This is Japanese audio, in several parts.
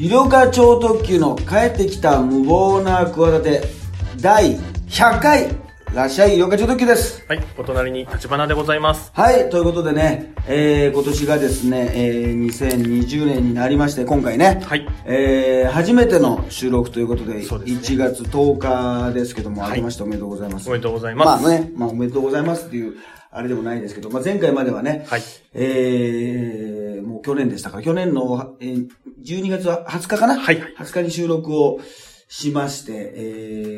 医療課超特急の帰ってきた無謀な企て第100回らっしゃい医療課超特急です。 はい、お隣に立花でございます。 はい、ということでね、今年がですね、2020年になりまして、今回ね、 はい、 初めての収録ということで、 そうですね、 1月10日ですけども、はい、明けましておめでとうございます。 おめでとうございます。 まあね、おめでとうございますっていうあれでもないですけど、前回まではね、 はい、 もう去年でしたから、去年の、12月20日かな、 はい、 20日に収録をしまして、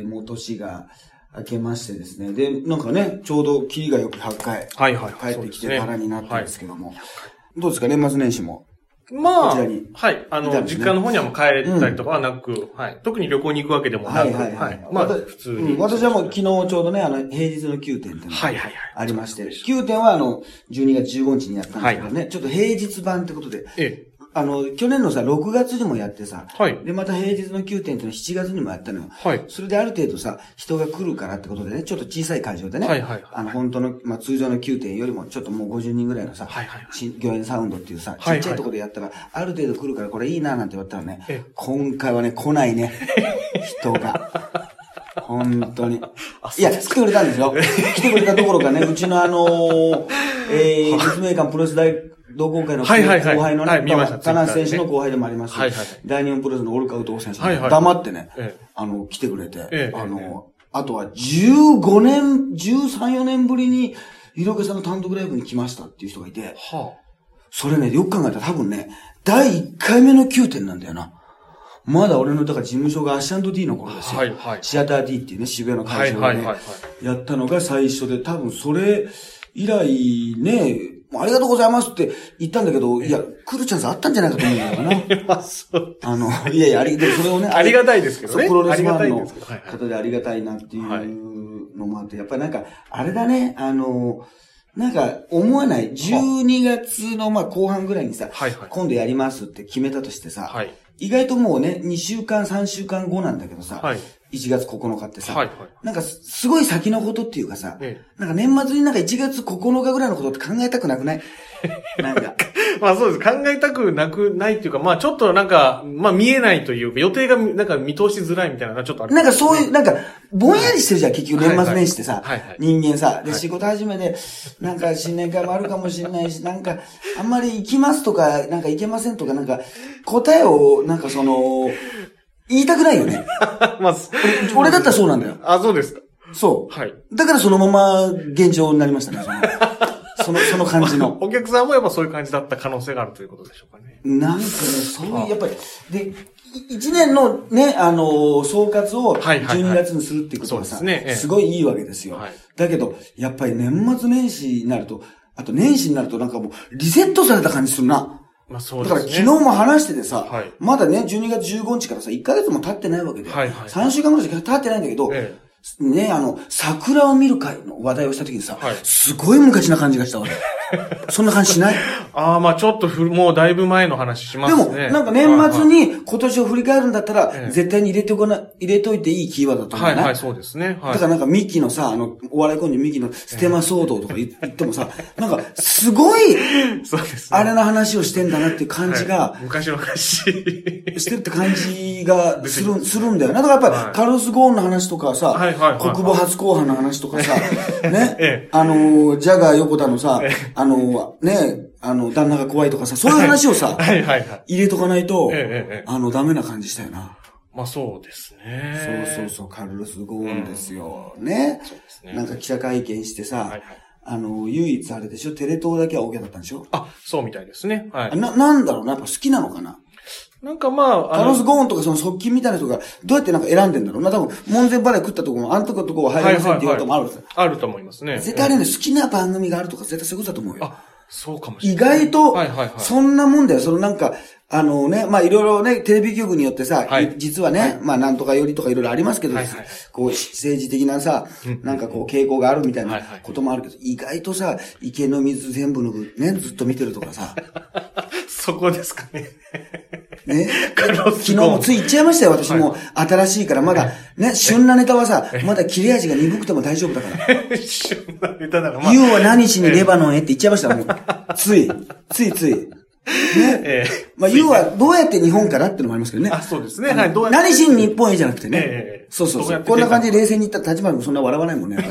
もう年が明けましてですね。で、なんかね、ちょうどキリがよく100回、帰ってきてからになったんですけども、どうですか、年末年始も。 まあ、 こちらにはい、実家の方にはもう帰ったりとかはなく、はい、特に旅行に行くわけでもなく、まあ、普通に。 私はもう昨日ちょうどね、平日の9点っていうのがありまして、9点は12月15日にやったんですけどね、ちょっと平日版ってことで、去年のさ、6月にもやってさ、で、また平日の9点っていうのは7月にもやったのよ。それである程度さ、人が来るからってことでね、ちょっと小さい会場でね、本当の、通常の9点よりもちょっともう50人ぐらいのさ、御苑サウンドっていうさ、ちっちゃいところでやったら、ある程度来るからこれいいななんて言われたらね、今回はね、来ないね、人が。本当に。いや、来てくれたんですよ。来てくれたどころかね、うちの立命館プロレス大同好会の後輩のね、田中選手の後輩でもありますし、大日本プロレスのオルカウト選手黙ってね、来てくれて、あとは15年、13、4年ぶりに、医療家さんの単独ライブに来ましたっていう人がいて、それね、よく考えたら多分ね、第1回目の9点なんだよな。まだ俺の、だから事務所がアシャンド D の頃ですよ。シアター D っていうね、渋谷の会場でね、やったのが最初で、多分それ以来ね、ありがとうございますって言ったんだけど、いや、来るチャンスあったんじゃないかと思うんだよな。いや、でもそれをね、 ありがたいですけどね。 プロレスファンの方でありがたいなっていうのもあって、やっぱりなんか、あれだね、なんか、思わない。12月の後半ぐらいにさ、今度やりますって決めたとしてさ、意外ともうね、2週間、3週間後なんだけどさ、1月9日ってさ、なんかすごい先のことっていうかさ、なんか年末になんか1月9日ぐらいのことって考えたくなくない？なんか。 まあそうです。考えたくないっていうか、まあちょっとなんか、まあ見えないというか、予定がなんか見通しづらいみたいなのがちょっとある、 なんかそういう、なんか、ぼんやりしてるじゃん、結局年末年始ってさ、人間さ、で、仕事始めで、なんか新年会もあるかもしれないし、なんか、あんまり行きますとか、なんか行けませんとか、なんか、答えを、なんか言いたくないよね。 まあ、 俺だったらそうなんだよ。 あ、そうですか。 そう。だからそのまま現状になりましたね。その感じの。 お客さんもやっぱそういう感じだった可能性があるということでしょうかね。 なんかね、そういう、やっぱり、で、1年のね、総括を12月にするっていうことはさ、すごいいいわけですよ。だけど、やっぱり年末年始になると、あと年始になるとなんかもうリセットされた感じするな。 まあそうですね。 だから昨日も話しててさ、まだね、12月15日からさ、1ヶ月も経ってないわけで、3週間ぐらいしか経ってないんだけど、ね、桜を見る会の話題をした時にさ、すごい昔な感じがしたわけ。そんな感じしない？ ああ、まあちょっともうだいぶ前の話しますね。 でも、なんか年末に今年を振り返るんだったら、絶対に入れといていいキーワードだと思うね。 そうですね。 だからなんかミキのさ、お笑いコンビミキのステマ騒動とか言ってもさ、なんかすごい、あれの話をしてんだなっていう感じが、 昔の話してるって感じがするんだよね。だからやっぱりカルロス・ゴーンの話とかさ、国母初公判の話とかさ、ね、ジャガー横田のさ、旦那が怖いとかさ、そういう話をさ、入れとかないと、ダメな感じしたよな。 まあそうですね。 そう、カルロス・ゴーンですよ。ね。なんか記者会見してさ、唯一あれでしょ、テレ東だけは OK だったんでしょ？ あ、そうみたいですね。 なんだろうな、やっぱ好きなのかな。 なんかまあ、 カルロス・ゴーンとかその側近みたいな人がどうやってなんか選んでんだろうな。多分、門前払い食ったとこも、あんとこは入りませんって言われたこともあるんですよ。 あると思いますね。 絶対あれね、好きな番組があるとか絶対そういうことだと思うよ。 あ、そうかもしれない。 意外と、そんなもんだよ。なんか、まあ、いろいろね、テレビ局によってさ、実はね、まあ、なんとかよりとかいろいろありますけど、こう、政治的なさ、なんかこう、傾向があるみたいなこともあるけど、意外とさ、池の水全部ね、ずっと見てるとかさ。 そこですかね。 ね。昨日もつい言っちゃいましたよ、私も。新しいから、まだ、ね、旬なネタはさ、まだ切れ味が鈍くても大丈夫だから。 旬なネタだから。 ユウは何しにレバノンへって言っちゃいました、もう。つい。 ね。まあ、要は、どうやって日本からってのもありますけどね。 あ、そうですね。はい、どうやって。 何しに日本へじゃなくてね。そうそうそう。こんな感じで冷静に言ったら立場もそんな笑わないもんね。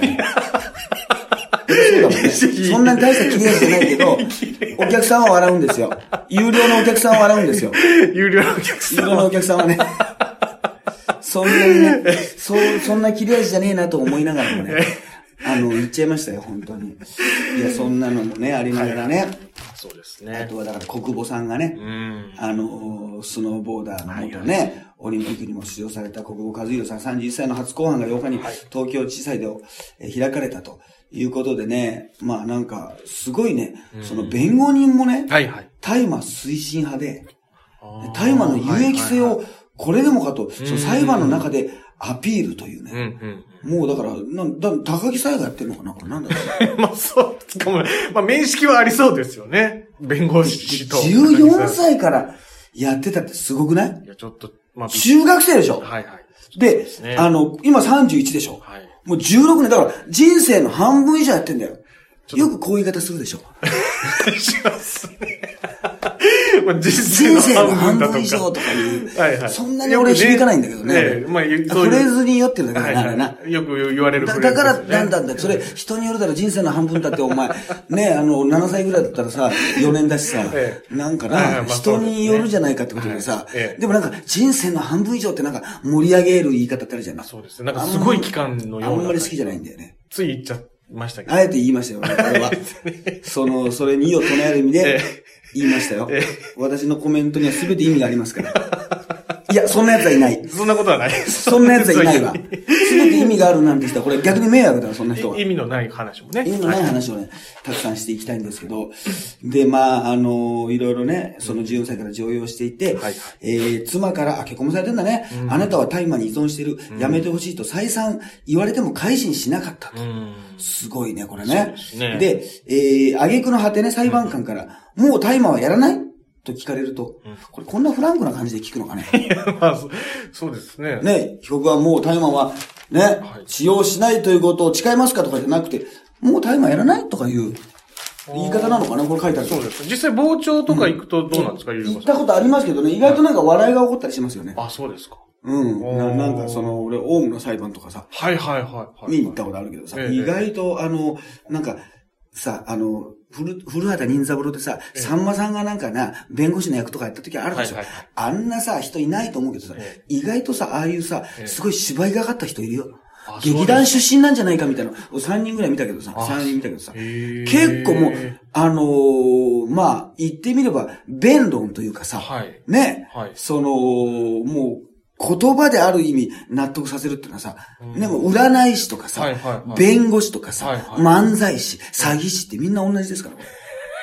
そうだもんね。そんなに大した切れ味じゃないけど、お客さんは笑うんですよ。有料のお客さんは笑うんですよ。 有料のお客さん。 有料のお客さんはね。そんなにね、そんな切れ味じゃねえなと思いながらもね。言っちゃいましたよ、本当に。いや、そんなのもね、ありながらね。 そうですね。 あとはだから国母さんがね、スノーボーダーの元ね、オリンピックにも出場された国母和弘さん31歳の初公判が8日に東京地裁で開かれたということでね、まあなんか、すごいね、その弁護人もね、大麻推進派で、大麻の有益性をこれでもかと、その裁判の中でアピールというね。もうだから、高木沙耶がやってるのかなこれなんだろう。 まあそうかも。まあ面識はありそうですよね。弁護士と。 14歳からやってたってすごくない？ いや、ちょっと、まあ。 中学生でしょ？ はいはい。 で、今31でしょ？はい。もう16年、だから人生の半分以上やってんだよ。よくこういう言い方するでしょ。 しますね。 人生の半分以上とかいう。はいはい。そんなに俺響かないんだけどね。まあ、フレーズに酔ってるだけだな。 よく言われるフレーズ。 だから、なんだんだ。それ、人によるだろ、人生の半分だってお前、ね、7歳ぐらいだったらさ、4年だしさ、なんかな、人によるじゃないかってことでさ、でもなんか、人生の半分以上ってなんか、盛り上げる言い方ってあるじゃない。 そうですね。なんかすごい期間のような。 あんまり好きじゃないんだよね。 つい言っちゃいましたけど。 あえて言いましたよ、これは。それに意を唱える意味で、言いましたよ。私のコメントには全て意味がありますから。いや、そんな奴はいない。 そんなことはない。 そんな奴はいないわ。全て意味があるなんて人は、これ逆に迷惑だわ、そんな人は。 意味のない話もね。 意味のない話をね、たくさんしていきたいんですけど。で、まあ、いろいろね、その14歳から常用していて、妻から、結婚もされてんだね。あなたは大麻に依存してる。やめてほしいと再三言われても改心しなかったと。すごいね、これね。で、挙句の果てね、裁判官から、もう大麻はやらないと聞かれると、これこんなフランクな感じで聞くのかね。 いや、まあ、そうですね。 ね、被告はもう大麻はね、使用しないということを誓いますかとかじゃなくて、もう大麻やらないとかいう言い方なのかなこれ書いてある。 そうです。実際傍聴とか行くとどうなんですか、 行ったことありますけどね、意外となんか笑いが起こったりしますよね。 あ、そうですか。 なんか俺、オウムの裁判とかさ。見に行ったことあるけどさ、意外となんか、さ、古畑任三郎でさ、さんまさんがなんかな、弁護士の役とかやった時あるでしょ。あんなさ、人いないと思うけどさ、意外とさ、ああいうさ、すごい芝居がかった人いるよ。劇団出身なんじゃないかみたいな。3人ぐらい見たけどさ、3人見たけどさ、結構もう、まあ、言ってみれば、弁論というかさ、ね、もう、言葉である意味納得させるってのはさ、でも占い師とかさ、弁護士とかさ、漫才師、詐欺師ってみんな同じですから、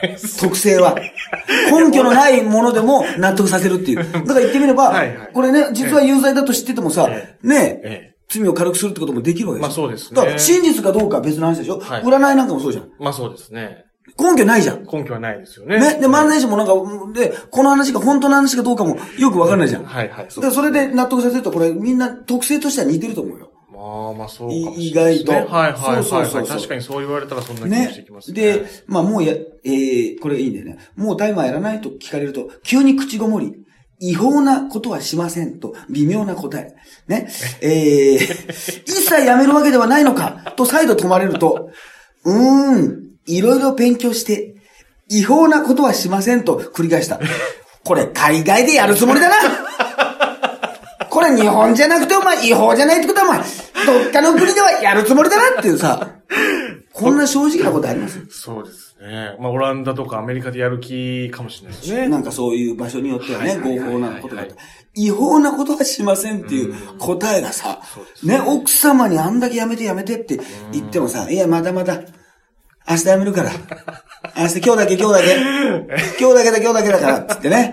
特性は。根拠のないものでも納得させるっていう。だから言ってみれば、これね、実は有罪だと知っててもさ、ね、罪を軽くするってこともできるわけですよ。 まあそうですね。 だから真実かどうかは別の話でしょ。占いなんかもそうじゃん。 まあそうですね。 根拠ないじゃん。 根拠はないですよね。 ね。で、漫才師もなんか、で、この話が本当の話かどうかもよくわかんないじゃん。だからそれで納得させると、これみんな特性としては似てると思うよ。 まあそうかもしれない。 意外と。 そう。確かにそう言われたらそんな気がしてきますね。 で、まあもうこれいいんだよね。もう大麻やらないと聞かれると、急に口ごもり。違法なことはしませんと、微妙な答え。ね。一切やめるわけではないのかと再度止まれると、いろいろ勉強して、違法なことはしませんと繰り返した。これ海外でやるつもりだな。これ日本じゃなくてお前違法じゃないってことはお前、どっかの国ではやるつもりだなっていうさ、こんな正直なことあります？ そうですね。まあオランダとかアメリカでやる気かもしれないですね。 なんかそういう場所によってはね、合法なことがあった。違法なことはしませんっていう答えがさ、ね、奥様にあんだけやめてって言ってもさ、いやまだまだ、明日やめるから。今日だけだから、つってね。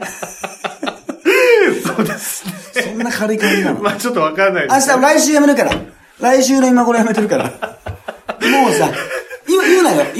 そうですね。 そんな軽い感じなの。 まあちょっとわかんないです。 来週やめるから。来週の今頃やめてるから。もうさ、言う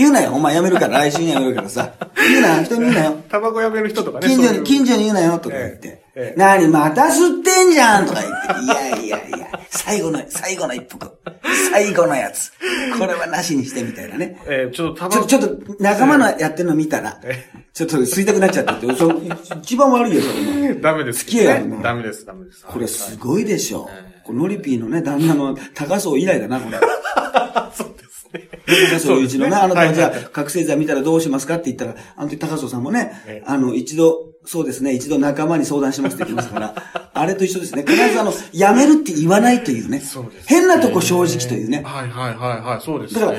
言うなよ。お前辞めるから、来週に辞めるからさ。言うなよ。人に言うなよ。 タバコ辞める人とかね。 近所に言うなよ。とか言って。何また吸ってんじゃんとか言って。いや。最後の一服。最後のやつ。これはなしにしてみたいなね。ちょっと仲間のやってるの見たら、ちょっと吸いたくなっちゃったって。一番悪いよ、それも。 ダメです。 付き合いやもダメです。 これすごいでしょ。ノリピーのね、旦那の高荘以来だな、これ。 そうですね。 高荘雄一のね、あなたはじゃあ、覚醒剤見たらどうしますかって言ったら、あの時高荘さんもね、そうですね、一度仲間に相談しますって言ってましたから、あれと一緒ですね。必ずやめるって言わないというね。そうです。変なとこ正直というね。 はい、そうですね。 だから、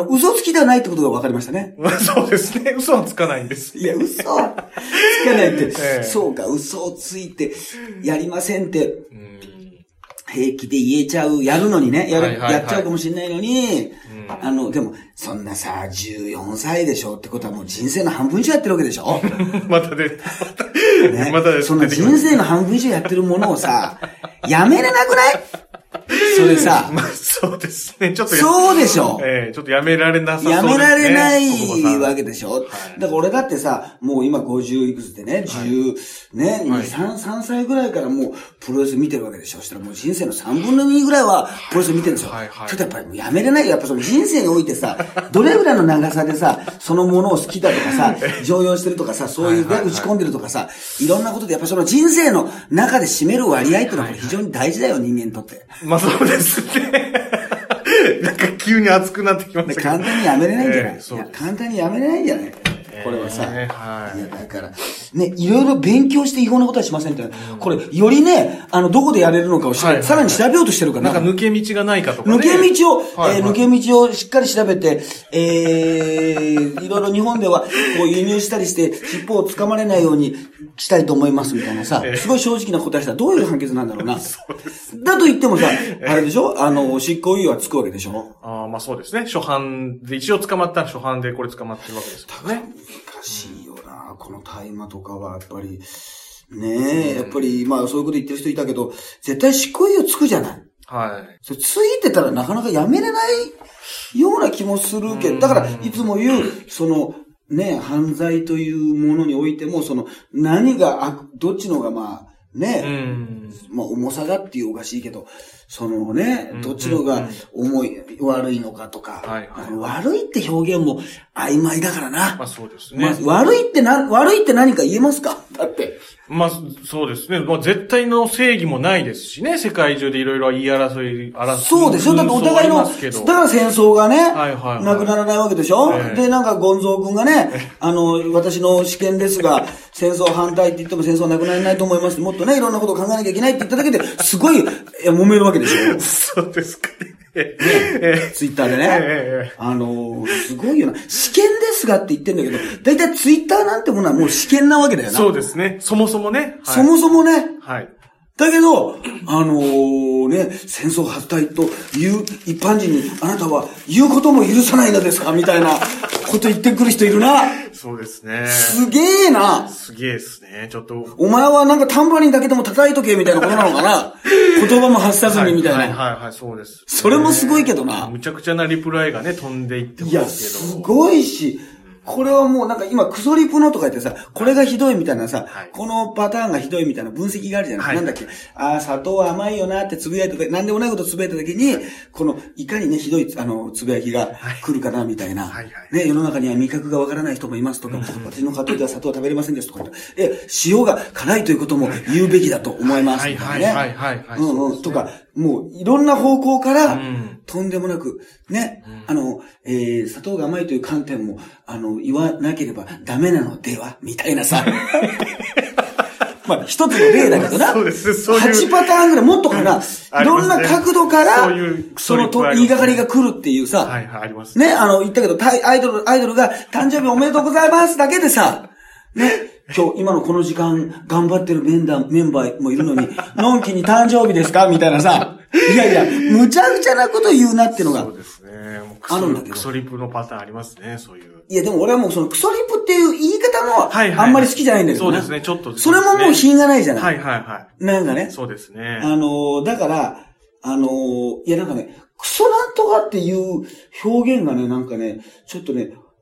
嘘つきではないってことが分かりましたね。 そうですね。嘘はつかないんです。 いや、嘘はつかないって、そうか、嘘をついて、やりませんって、平気で言えちゃう、やるのにね、やっちゃうかもしれないのに、でも、そんなさ、14歳でしょってことはもう人生の半分以上やってるわけでしょまたね。 そんな人生の半分以上やってるものをさ、やめれなくないそれさ。 まあ、そうですね。ちょっと。 そうでしょ。 ちょっとやめられなさそうですね。 やめられないわけでしょ。だから俺だってさ、もう今50いくつでね、10、ね、3歳ぐらいからもうプロレス見てるわけでしょ。そしたらもう人生の3分の2ぐらいはプロレス見てるんですよ。ちょっとやっぱりやめれないよ。やっぱその人生においてさ、どれぐらいの長さでさ、そのものを好きだとかさ、常用してるとかさ、そういうね、打ち込んでるとかさ、いろんなことでやっぱその人生の中で占める割合っていうのはこれ非常に大事だよ、人間にとって。 まあそうですね。なんか急に熱くなってきましたけど。 簡単にやめれないんじゃない、簡単にやめれないんじゃないこれはさ。 はい。 いや、だから、ね、いろいろ勉強して違法なことはしませんって。これ、よりね、どこでやれるのかをさらに調べようとしてるから。 なんか抜け道がないかとかね。 抜け道をしっかり調べて、いろいろ日本では、こう輸入したりして、尻尾を掴まれないようにしたいと思いますみたいなさ、すごい正直な答えしたらどういう判決なんだろうな。 そうです。 だと言ってもさ、あれでしょ執行猶予はつくわけでしょまあそうですね。初犯で、一応捕まったら初犯でこれ捕まってるわけですからね。 難しいよな、この大麻とかは、やっぱり。ねえ、やっぱり、まあそういうこと言ってる人いたけど、絶対執行猶予つくじゃない。 はい。 それついてたらなかなかやめれないような気もするけど、だからいつも言う、ね、犯罪というものにおいても、何がどっちのがまあ、ね、まあ重さがっていうおかしいけど、どっちのが悪いのかとか、悪いって表現も曖昧だからな。 まあそうですね。 悪いって何か言えますかだって。 まあそうですね。まあ絶対の正義もないですしね。世界中でいろいろ言い争い。 そうでしょ。だってお互いの、だから戦争がね、なくならないわけでしょ。で、なんかゴンゾー君がね、私の試験ですが、戦争反対って言っても戦争はなくならないと思います。もっとね、いろんなことを考えなきゃいけないって言っただけで、すごい揉めるわけでしょ。 そうですかね。 ツイッターでね。すごいよな。試験ですがって言ってんだけど、だいたいツイッターなんてものはもう試験なわけだよな。 そうですね。そもそもね。 そもそもね。 はい。 だけど、戦争反対という一般人にあなたは言うことも許さないのですかみたいなこと言ってくる人いるな。 そうですね。 すげえな。 すげえですね。ちょっと。 お前はなんかタンバリンだけでも叩いとけみたいなことなのかな言葉も発さずにみたいな。 はい、そうです。 それもすごいけどな。 むちゃくちゃなリプライがね、飛んでいってますけど。いや、 すごいし、これはもうなんか今クソリプのとか言ってさ、これがひどいみたいなさ、このパターンがひどいみたいな分析があるじゃない、なんだっけ、砂糖は甘いよなってつぶやいた、なんでもないことつぶやいた時に、いかにね、ひどい、つぶやきが来るかなみたいな。ね、世の中には味覚がわからない人もいますとか、私の家庭では砂糖は食べれませんですとか、塩が辛いということも言うべきだと思いますみたいなね。とか、もういろんな方向から、とんでもなく、ね、砂糖が甘いという観点も、言わなければダメなのではみたいなさ。まあ、一つの例だけどな。 そうです。そういう。 8パターンぐらい、もっとかな。いろんな角度から、その言いがかりが来るっていうさ。 はい、あります。 ね、言ったけど、アイドルが誕生日おめでとうございますだけでさ、ね、今のこの時間、頑張ってるメンバーもいるのに、のんきに誕生日ですかみたいなさ。いや、むちゃくちゃなこと言うなってのが。 そうですね。 あるんだけど。 クソリプのパターンありますね、そういう。 いや、でも俺はもうそのクソリプっていう言い方も、あんまり好きじゃないんだけどそうですね、ちょっと。 それももう品がないじゃない。 はい。 なんかね。 そうですね。 だから、いやなんかね、クソなんとかっていう表現がね、なんかね、ちょっとね、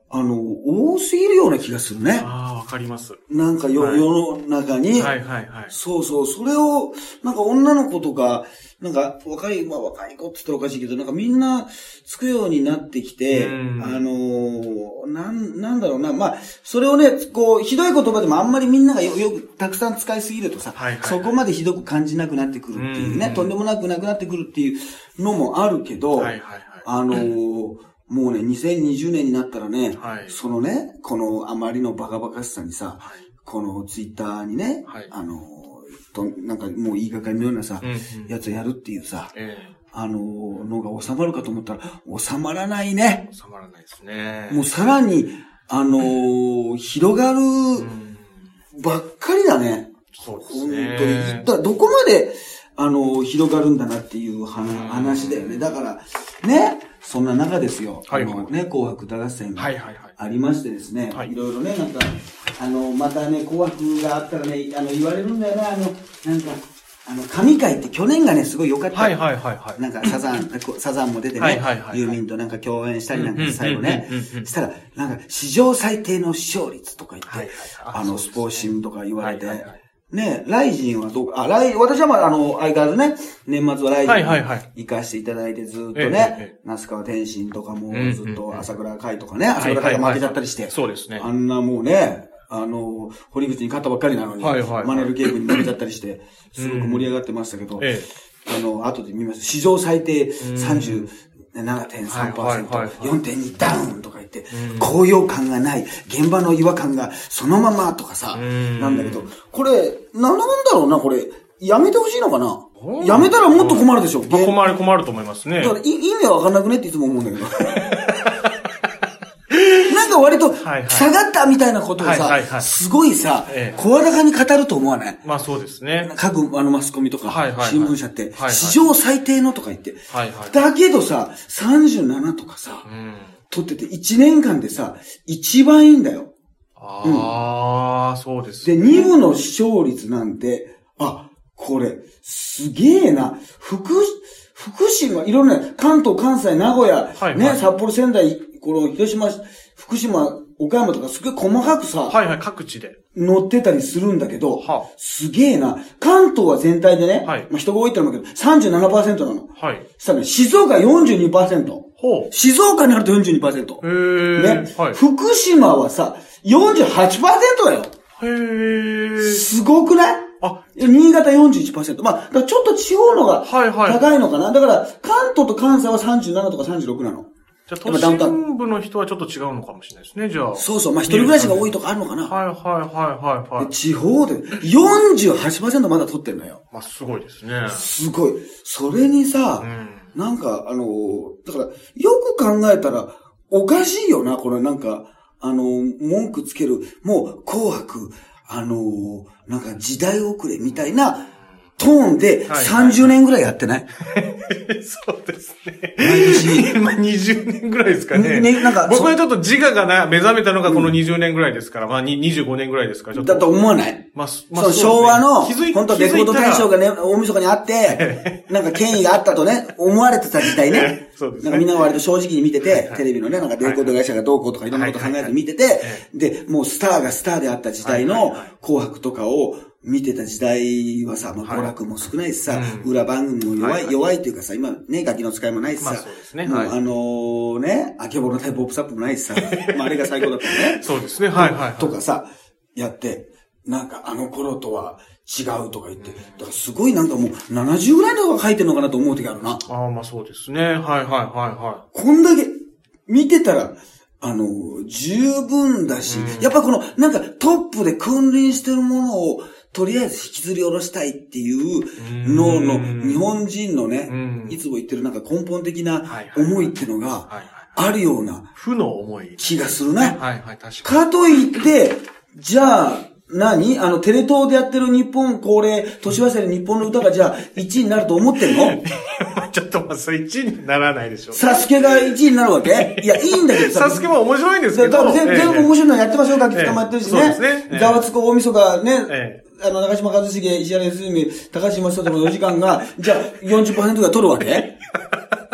多すぎるような気がするね。 ああ、わかります。 なんか世の中に。 はいはいはい。 そうそう、それを、なんか女の子とか、なんか若い子って言ったらおかしいけど、なんかみんなつくようになってきて、なんだろうな、まあ、それをね、こう、ひどい言葉でもあんまりみんながよくたくさん使いすぎるとさ、そこまでひどく感じなくなってくるっていうね、とんでもなくなくなってくるっていうのもあるけど、もうね、2020年になったらね、そのね、このあまりのバカバカしさにさ、このツイッターにね、なんかもう言いがかりのようなさ、やつやるっていうさ、のが収まるかと思ったら、収まらないね。 収まらないですね。 もうさらに、広がるばっかりだね。 そうですね。 本当に。どこまで、広がるんだなっていう話だよね。だから、ね、そんな中ですよ。ね、紅白歌合戦がありましてですね。いろいろね、なんか、またね、紅白があったらね、言われるんだよな、なんか、神回って去年がね、すごい良かった。なんかサザンも出てね、ユーミンとなんか共演したりなんか最後ね。したら、なんか、史上最低の視聴率とか言って、スポーシンとか言われて、ね、ライジンはどうか、私はまあ、相変わらずね、年末はライジン行かせていただいてずっとね、那須川天心とかもずっと朝倉海とかね、朝倉海が負けちゃったりして、 そうですね。 あんなもうね、堀口に勝ったばっかりなのに、マネル警部に負けちゃったりして、すごく盛り上がってましたけど、後で見ました。史上最低37.3%、4.2 ダウンとか言って、高揚感がない、現場の違和感がそのままとかさ、なんだけど、これ、なんだろうな、これ、やめてほしいのかな？やめたらもっと困るでしょ。 困ると思いますね。 だから意味はわかんなくねっていつも思うんだけど。なんか割と、下がったみたいなことをさ、すごいさ、声高に語ると思わない？ まあそうですね。 各マスコミとか、新聞社って、史上最低のとか言って。だけどさ、37とかさ、取ってて1年間でさ、一番いいんだよ。 そうです。 で、2部の視聴率なんて、これ、すげえな。福島、いろんな、関東、関西、名古屋、ね、札幌、仙台、この広島、福島、岡山とかすごい細かくさ、 各地で。 載ってたりするんだけど、すげえな。関東は全体でね、まあ人が多いってのもあるけど、37% なの。したらね、静岡 42%。静岡にあると 42%。ね。福島はさ、48% だよ。すごくない？新潟 41%。まあ、ちょっと地方のが高いのかな。だから、関東と関西は37とか36なの。 じゃあ、都心部の人はちょっと違うのかもしれないですね、じゃあ。 そうそう。まあ、一人暮らしが多いとかあるのかな。地方で 48% まだ取ってんのよ。 まあ、すごいですね。 すごい。それにさ、なんか、だから、よく考えたら、おかしいよな、これなんか、文句つける、もう、紅白、なんか時代遅れみたいなトーンで30年ぐらいやってない？ そうですね。 毎年。 今20年ぐらいですかね。なんか僕はちょっと自我が目覚めたのがこの20年ぐらいですから、まあ25年ぐらいですから。 だと思わない？そう、昭和の、本当レコード大賞がね、大晦日にあって、なんか権威があったとね、思われてた時代ね。そうですね。なんかみんなが割と正直に見てて、テレビのね、なんかレコード会社がどうこうとかいろんなこと考えて見てて、で、もうスターがスターであった時代の紅白とかを見てた時代はさ、まあ娯楽も少ないしさ、裏番組も弱いというかさ、今ね、ガキの使いもないしさ、もうね、あけぼのタイプオップサップもないしさ、まああれが最高だったね。 そうですね、 とかさ、やって、なんかあの頃とは違うとか言って、だからすごいなんかもう70ぐらいのが書いてるのかなと思う時あるな。 まあそうですね。 こんだけ見てたら、十分だし、やっぱこの、なんかトップで君臨してるものを、とりあえず引きずり下ろしたいっていうのの、日本人のね、いつも言ってるなんか根本的な思いってのが、あるような、 負の思い。 気がするね。 確かに。 かといって、じゃあ、テレ東でやってる日本恒例、年忘れ日本の歌がじゃあ1位になると思ってんの？ ちょっとまあ、それ1位にならないでしょ。 サスケが1位になるわけ？いや、いいんだけどさ。サスケも面白いんですけど。 全部面白いのやってますよ、楽器捕まってるしね。そうですね。ざわつく大晦日ね。長嶋一茂、石原良純、高島聡の4時間が、じゃあ 40% が取るわけ？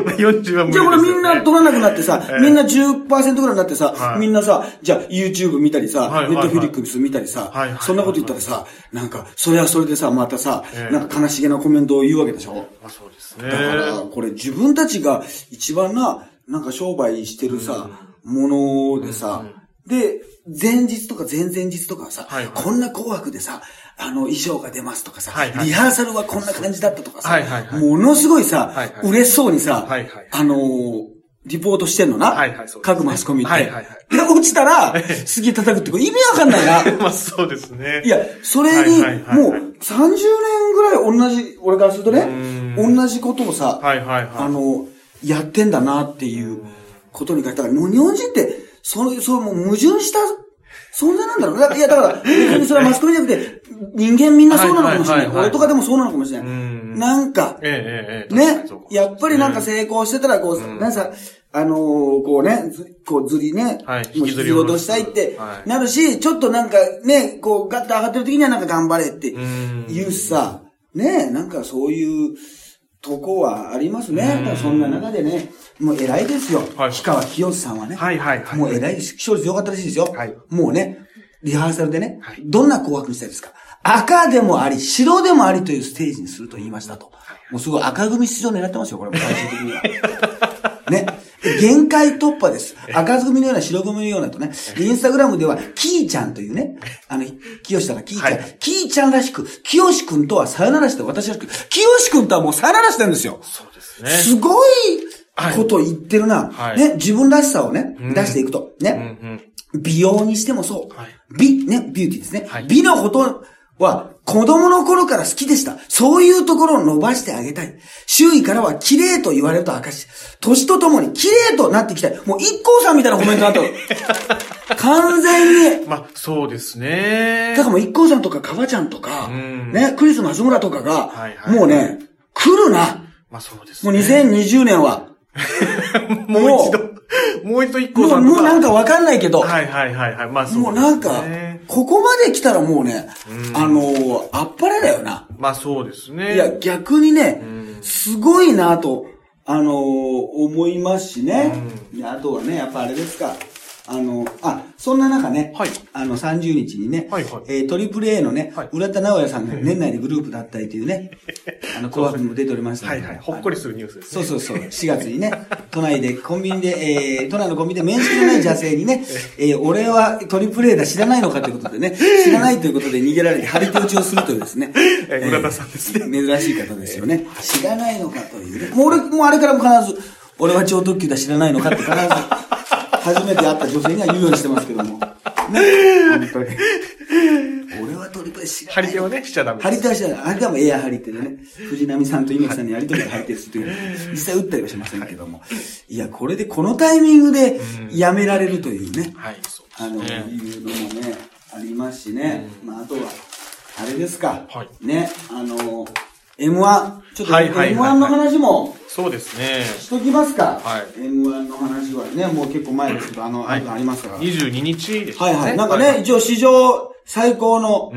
40は無理ですよね。 じゃあこれみんな取らなくなってさ、みんな 10% ぐらいになってさ、みんなさ、じゃあ YouTube 見たりさ、Netflix 見たりさ、そんなこと言ったらさ、なんか、それはそれでさ、またさ、なんか悲しげなコメントを言うわけでしょ。 そうですね。 だから、これ自分たちが一番なんか商売してるさ、ものでさ、で、前日とか前々日とかさ、こんな紅白でさ、衣装が出ますとかさ、リハーサルはこんな感じだったとかさ、ものすごいさ、嬉しそうにさ、リポートしてんのな。各マスコミって。で、落ちたら、杉叩くって意味わかんないな。 まあそうですね。 いや、それに、もう30年ぐらい同じ、俺からするとね、同じことをさ、やってんだなっていうことに書いて、だからもう日本人って、そうもう矛盾した存在なんだろう。いや、だから、別にそれはマスコミじゃなくて、人間みんなそうなのかもしれない。俺とかでもそうなのかもしれない。なんか、ね、やっぱりなんか成功してたら、こう、なんかさ、こうね、こうずりね、引きずり落としたいってなるし、ちょっとなんかね、こうガッと上がってる時にはなんか頑張れって言うさ、ね、なんかそういうとこはありますね。そんな中でね、もう偉いですよ。氷川きよしさんはね。もう偉いです。視聴率良かったらしいですよ。もうね、リハーサルでね、どんな紅白にしたいですか？赤でもあり、白でもありというステージにすると言いましたと。もうすごい赤組出場狙ってますよ、これも最終的には。ね。限界突破です。赤組のような白組のようなとね、インスタグラムでは、キーちゃんというね、キヨシだからキーちゃん、キーちゃんらしく、キヨシくんとはさよならして私らしく、キヨシくんとはもうさよならしてるんですよ。 そうですね。 すごいこと言ってるな。ね、自分らしさをね、出していくと。ね。美容にしてもそう。美、ね、ビューティーですね。美のことは、子供の頃から好きでした。そういうところを伸ばしてあげたい。周囲からは綺麗と言われると証し。年とともに綺麗となっていきたい。もう一光さんみたいなコメントだった完全に。 まあ、そうですね。 だからもう一光さんとかカバちゃんとか、ね、クリス松村とかが、もうね、来るな。 まあそうですね。 もう2020年は。 もう一度一光さんとか。 もうなんかわかんないけど。 まあそうですね。 もうなんか、ここまで来たらもうね、あっぱれだよな。 まあそうですね。 いや、逆にね、すごいなと、思いますしね。いや、あとはね、やっぱあれですか。そんな中ね、30日にね、トリプル A のね、浦田直也さんが年内でグループだったりというね、紅白にも出ておりましたね。 ほっこりするニュースですね。そう。4月にね、都内のコンビニで面識のない女性にね、俺はトリプル A だ知らないのかということでね、知らないということで逃げられて張り手打ちをするというですね。 浦田さんですね。 珍しい方ですよね。知らないのかというね。もうあれからも必ず、俺は超特急だ知らないのかって必ず、初めて会った女性には言うようにしてますけども。ね。本当に。俺はトリプル知らない。 張り手はね、しちゃダメ。 張り手はしちゃダメ。張り手はもうエア張り手でね。藤波さんと猪木さんにやりとりで張り手するという。実際打ったりはしませんけども。いや、これでこのタイミングでやめられるというね。いうのもね、ありますしね。まあ、あとは、あれですか。ね。M1。ちょっと M1 の話も。 そうですね。 しときますか。M1 の話はね、もう結構前ですけど、ありますから。 22日ですね。なんかね、一応史上最高の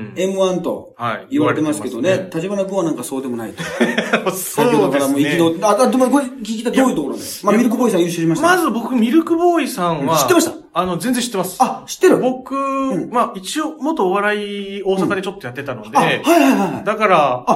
M1 と言われてますけどね、立花君はなんかそうでもないと。 そうですね。からもう憤って、でもこれ聞きたいどういうところで。まあ、ミルクボーイさん優勝しました。 まず僕、ミルクボーイさんは。 知ってました全然知ってます。 あ、知ってる僕、まあ、一応、元お笑い大阪でちょっとやってたので。だから、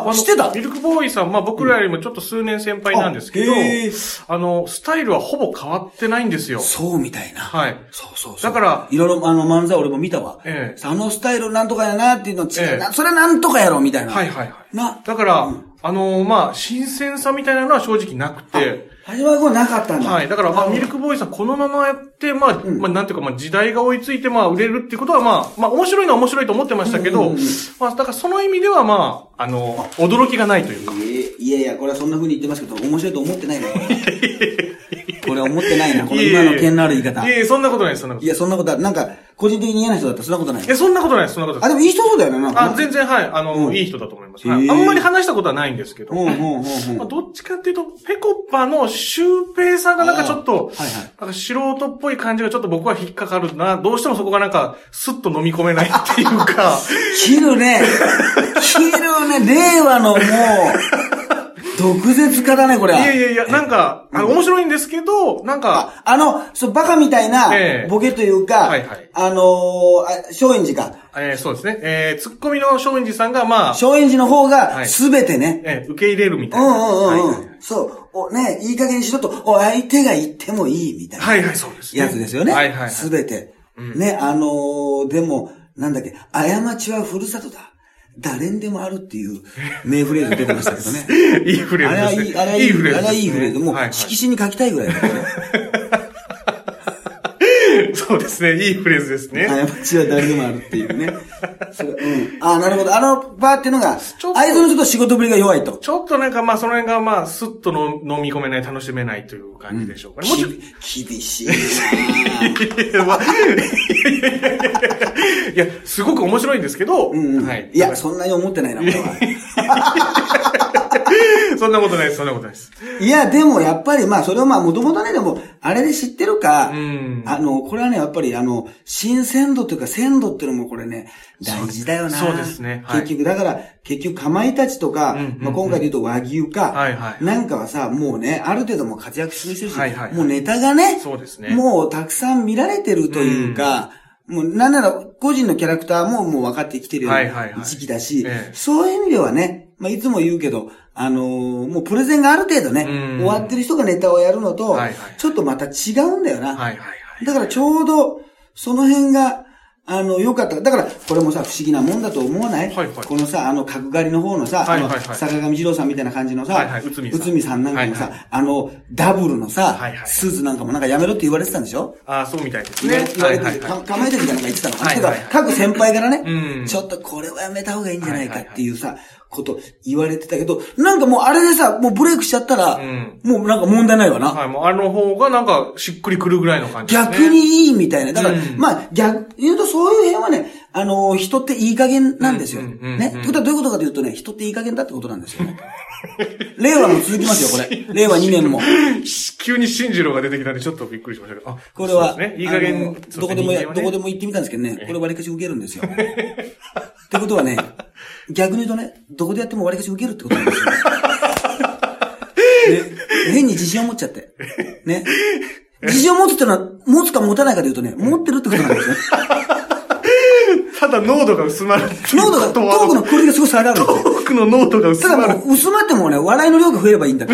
知ってたミルクボーイさん、まあ僕らよりもちょっと数年先輩なんですけど、スタイルはほぼ変わってないんですよ。 そうみたいな。そう。 だから、 いろいろ漫才俺も見たわ。スタイルなんとかやなっていうの違うな。それなんとかやろみたいな。 だから、まあ、新鮮さみたいなのは正直なくて。 始まる頃なかったんだ。 だから、ミルクボーイさんこのままやって、まあ、なんていうか、時代が追いついて、まあ、売れるっていうことは、まあ、面白いのは面白いと思ってましたけど、まあ、だからその意味では、まあ、驚きがないというか。 いや、これはそんな風に言ってますけど、面白いと思ってないな。これは思ってないな。この今の剣のある言い方。 いや、そんなことないです、そんなこと。 いや、そんなことは、なんか、個人的に嫌な人だったらそんなことない。 そんなことないです、そんなことない。 でもいい人そうだよね、なんか。 全然、いい人だと思います。あんまり話したことはないんですけど。どっちかっていうと、ペコッパのシュウペイさんがなんかちょっと、なんか素人っぽい感じがちょっと僕は引っかかるな。どうしてもそこがなんか、スッと飲み込めないっていうか。 切るね。令和のもう、 毒舌家だね、これは。 いや、なんか、面白いんですけど、なんか。 そう、バカみたいなボケというか、 はいはい。 松陰寺か。 そうですね。ツッコミの松陰寺さんが、まあ。 松陰寺の方が、すべてね、 受け入れるみたいな。 そう。ね、いい加減にしろと、相手が言ってもいいみたいな。 はいはい、そうですね。 やつですよね。 はいはい。 すべて。ね、でも、なんだっけ、過ちはふるさとだ。誰にでもあるっていう名フレーズ出てましたけどね。 いいフレーズですね。 あれはいいフレーズ。もう、色紙に書きたいぐらいだからね。 そうですね。いいフレーズですね。 過ちは誰でもあるっていうね。なるほど。バーっていうのが、あいつのちょっと仕事ぶりが弱いと。 ちょっとなんかその辺がスッと飲み込めない、楽しめないという感じでしょうかね。 厳しいないや、すごく面白いんですけど、 はい。いや、そんなに思ってないな、俺は。 そんなことないです、そんなことないです。 いや、でもやっぱりそれをもともとね、でも、あれで知ってるか、これはね、やっぱり新鮮度というか鮮度っていうのもこれね、大事だよな。 そうですね。 結局、だから、かまいたちとか、今回で言うと和牛か、なんかはさ、もうね、ある程度も活躍してるし、もうネタがね、 そうですね。 もうたくさん見られてるというか、もうなんなら個人のキャラクターももう分かってきてるような時期だし、そういう意味ではね、いつも言うけど、もうプレゼンがある程度ね、終わってる人がネタをやるのと、ちょっとまた違うんだよな。だからちょうど、その辺が、良かった。だから、これもさ、不思議なもんだと思わない？このさ、角刈りの方のさ、坂上二郎さんみたいな感じのさ、内海さんなんかもさ、ダブルのさ、スーツなんかもなんかやめろって言われてたんでしょ？ そうみたいですね。 言われて、かまえてるかなんか言ってたのかな。てか、各先輩からね、ちょっとこれはやめた方がいいんじゃないかっていうさ、こと言われてたけど、なんかもうあれでさ、もうブレイクしちゃったら、もうなんか問題ないわな。 もう方がなんかしっくりくるぐらいの感じですね。 逆にいいみたいな。だから、言うとそういう辺はね、人っていい加減なんですよ。ね。ってことはどういうことかというとね、人っていい加減だってことなんですよね。令和も続きますよ、これ。令和2年も。 急に進次郎が出てきたんでちょっとびっくりしましたけど。 これは、 いい加減、 どこでも行ってみたんですけどね、これ割かし受けるんですよ。ってことはね、逆に言うとね、どこでやっても割かし受けるってことなんですよ。変に自信を持っちゃって。ね。自信を持つってのは、持つか持たないかで言うとね、持ってるってことなんですよ。 ただ濃度が薄まる。 濃度が、トークのクオリティがすごい下がるんですよ。 トークの濃度が薄まる。 ただもう、薄まってもね、笑いの量が増えればいいんだって。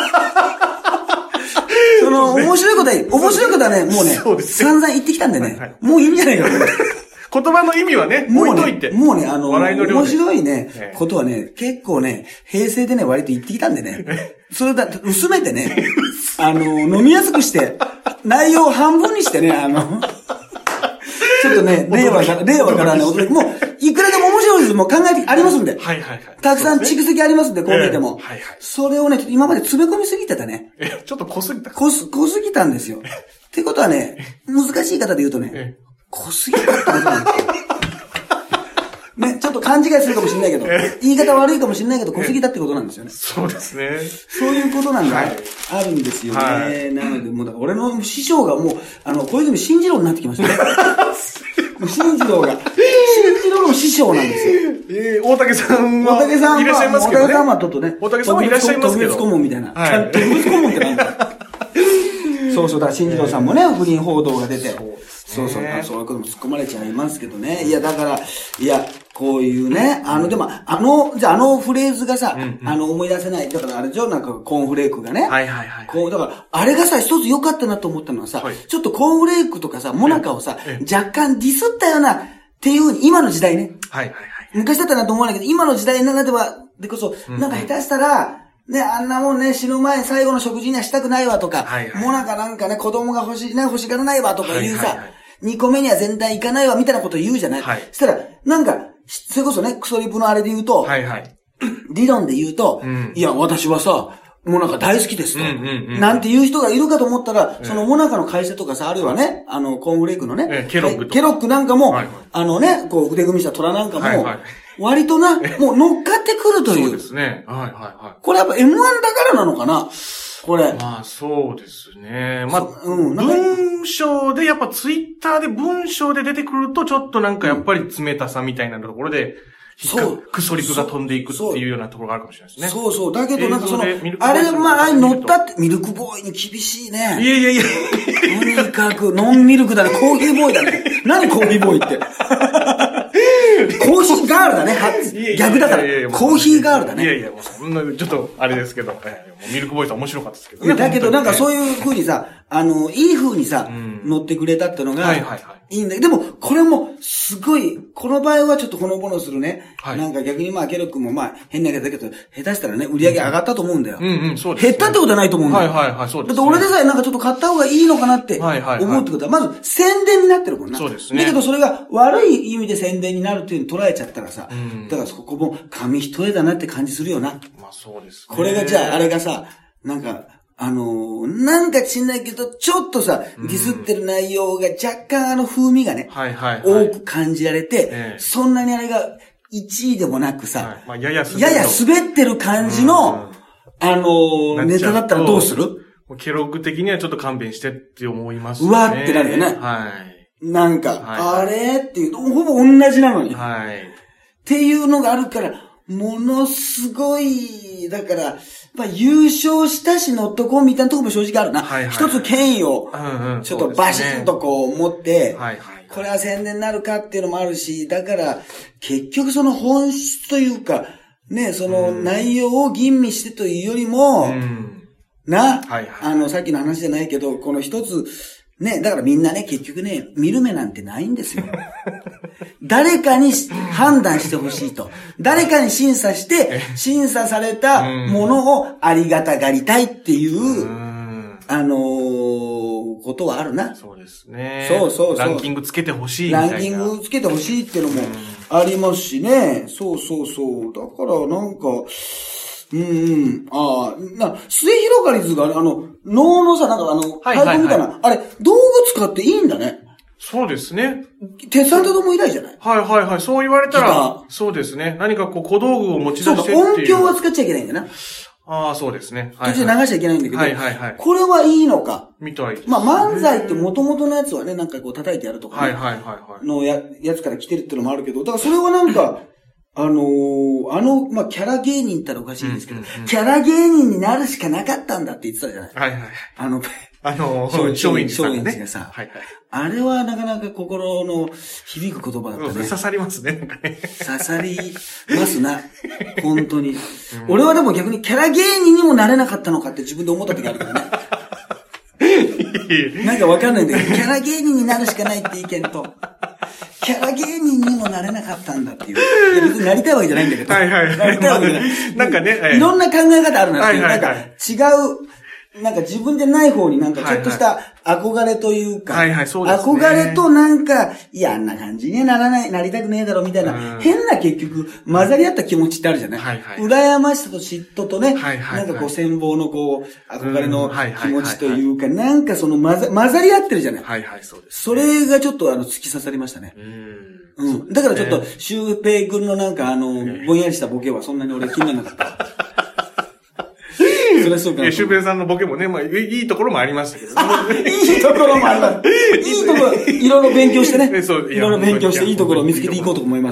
面白いことはね、もうね、散々言ってきたんでね、もういいんじゃないかと。 言葉の意味はね、置いといて。 もうね、面白いね、ことはね、結構ね、平成でね、割と言ってきたんでね、それだ、薄めてね、飲みやすくして、内容を半分にしてね、ちょっとね、令和からね、もう、いくらでも面白いです。もう考えてありますんで。たくさん蓄積ありますんで、こう見ても。それをね、今まで詰め込みすぎてたね。 ちょっと濃すぎた。 濃すぎたんですよ。ってことはね、難しい方で言うとね、濃すぎたってことなんですよ。ね、ちょっと勘違いするかもしれないけど、言い方悪いかもしれないけど、濃すぎたってことなんですよね。 そうですね。 そういうことなんだ。あるんですよね。なので、もうだから俺の師匠がもう、小泉進次郎になってきましたね。進次郎の師匠なんですよ。 大竹さんはいらっしゃいますけどね。 大竹さんはちょっとね。 大竹さんはいらっしゃいますけど。 特別顧問みたいな。特別顧問ってなんだ。そう、だから進次郎さんもね、不倫報道が出て。そういうことも突っ込まれちゃいますけどね。いや、だから、こういうね、でも、じゃあフレーズがさ、思い出せない。だからあれでしょ、なんかコーンフレークがね。こう、だから、あれがさ、一つ良かったなと思ったのはさ、ちょっとコーンフレークとかさ、モナカをさ、若干ディスったような、っていう、今の時代ね。昔だったなと思わないけど、今の時代ならでは、でこそ、なんか下手したら、ね、あんなもんね、死ぬ前最後の食事にはしたくないわとか、モナカなんかね、子供が欲しがらないわとかいうさ、2個目には全然いかないわみたいなこと言うじゃない。そしたら、なんか、それこそね、クソリプのあれで言うと、理論で言うと、いや、私はさ、モナカ大好きですと。なんていう人がいるかと思ったら、そのモナカの会社とかさ、あるいはね、コーンフレークのね、 ケロックなんかも、こう腕組みした虎なんかも、割とな、もう乗っかってくるという。 そうですね。 これやっぱ M1 だからなのかなこれ。 そうですね。文章で、やっぱツイッターで文章で出てくると、ちょっとなんかやっぱり冷たさみたいなところで、 クソリクが飛んでいくっていうようなところがあるかもしれないですね。 そうそう。だけどなんかあれまあ乗ったって、ミルクボーイに厳しいね。 いや。 とにかく、ノンミルクだね、コーヒーボーイだね。何コーヒーボーイって。コーヒーガールだね。逆だから。コーヒーガールだね。 いや、もうそんな、ちょっと、あれですけど、ミルクボーイさん面白かったですけどね。 だけどなんかそういう風にさ、いい風にさ、乗ってくれたってのが、いいんだけど、でも、これも、すごい、この場合はちょっとほのぼのするね。なんか逆にまあ、ケロ君もまあ、変なやつだけど、下手したらね、売り上げ上がったと思うんだよ。 そうです。 減ったってことはないと思うんだよ。 そうです。 だって俺でさえなんかちょっと買った方がいいのかなって思うってことは、まず宣伝になってるもんな。 そうですね。 だけどそれが悪い意味で宣伝になるっていうのを捉えちゃったらさ、だからそこも紙一重だなって感じするよな。 まあそうですね。 これがじゃあ、あれがさ、なんか、なんか知んないけど、ちょっとさ、ディスってる内容が若干風味がね、多く感じられて、そんなにあれが1位でもなくさ、やや滑ってる感じの、ネタだったらどうする？ ケロッグ的にはちょっと勘弁してって思いますね。 うわってなるよね。なんか、あれっていう、ほぼ同じなのに。っていうのがあるから、ものすごい、だから、まあ優勝したし乗っとこうみたいなところも正直あるな。一つ権威を、ちょっとバシッとこう持って、これは宣伝になるかっていうのもあるし、だから、結局その本質というか、ね、その内容を吟味してというよりも、さっきの話じゃないけど、この一つ、ね、だからみんなね、結局ね、見る目なんてないんですよ。誰かに判断してほしいと。誰かに審査して、審査されたものをありがたがりたいっていう、ことはあるな。 そうですね。 そう。 ランキングつけてほしいみたいな。 ランキングつけてほしいっていうのもありますしね。そう。だからなんか、末広がり図が、能のさ、なんか太鼓みたいな、あれ、道具使っていいんだね。 そうですね。 鉄腕とも以来じゃない？ はい。そう言われたら、そうですね。何かこう小道具を持ち出してっていう。 音響は使っちゃいけないんだな。 そうですね。 途中で流しちゃいけないんだけど。これはいいのか。 みたいです。 まあ、漫才って元々のやつはね、なんかこう叩いてやるとかね。のやつから来てるってのもあるけど、だからそれはなんか、まあ、キャラ芸人って言ったらおかしいですけど、キャラ芸人になるしかなかったんだって言ってたじゃない。松陰寺がさ、あれはなかなか心の響く言葉だったね。 刺さりますね。 刺さりますな。本当に。俺はでも逆にキャラ芸人にもなれなかったのかって自分で思った時あるからね。なんかわかんないんだけど、キャラ芸人になるしかないって意見と、キャラ芸人にもなれなかったんだっていう。いや別になりたいわけじゃないんだけど。なりたいわけじゃない。なんかね、いろんな考え方あるなっていう。なんか違う、なんか自分でない方になんかちょっとした憧れというか、そうですね。憧れとなんか、いや、あんな感じになりたくねえだろみたいな、変な結局混ざり合った気持ちってあるじゃない。羨ましさと嫉妬とね、なんかこう羨望のこう、憧れの気持ちというか、なんかその混ざり合ってるじゃない。そうです。それがちょっと突き刺さりましたね。だからちょっと、シュウペイ君のなんかぼんやりしたボケはそんなに俺気にならなかった。それそうか。 シュウペイさんのボケもね、まあ、いいところもありましたけど。 いいところもあります。いいところ、いろいろ勉強してね。いろいろ勉強していいところを見つけていこうと思います。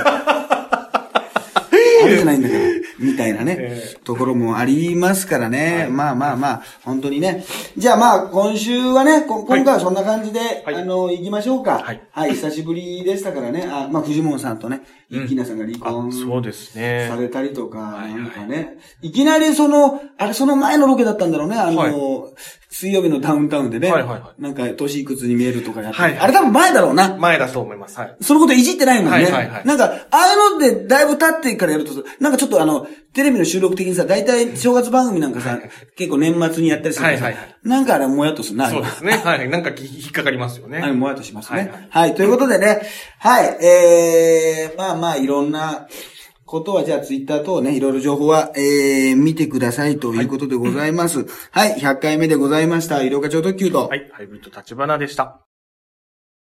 あるじゃないんだけど、みたいなね、ところもありますからね。まあ、本当にね。じゃあまあ、今週はね、今回はそんな感じで、行きましょうか。はい、久しぶりでしたからね。まあ、藤本さんとね、ゆきなさんが離婚そうですね。 されたりとか、なんかね。いきなりその前のロケだったんだろうね。水曜日のダウンタウンでね。なんか、年いくつに見えるとかやって。あれ多分前だろうな。 前だと思います。 そのこといじってないもんね。なんか、ああいうのでだいぶ経ってからやると、なんかちょっとテレビの収録的にさ、だいたい正月番組なんかさ、結構年末にやったりするからさ、なんかあれもやっとするな。 そうですね。なんか引っかかりますよね。 もやっとしますね。はい、ということでね、まあ、いろんなことは、じゃあツイッター等ね、いろいろ情報は、見てくださいということでございます。はい、100回目でございました。医療課長特急と。 はい、ハイブリッド立花でした。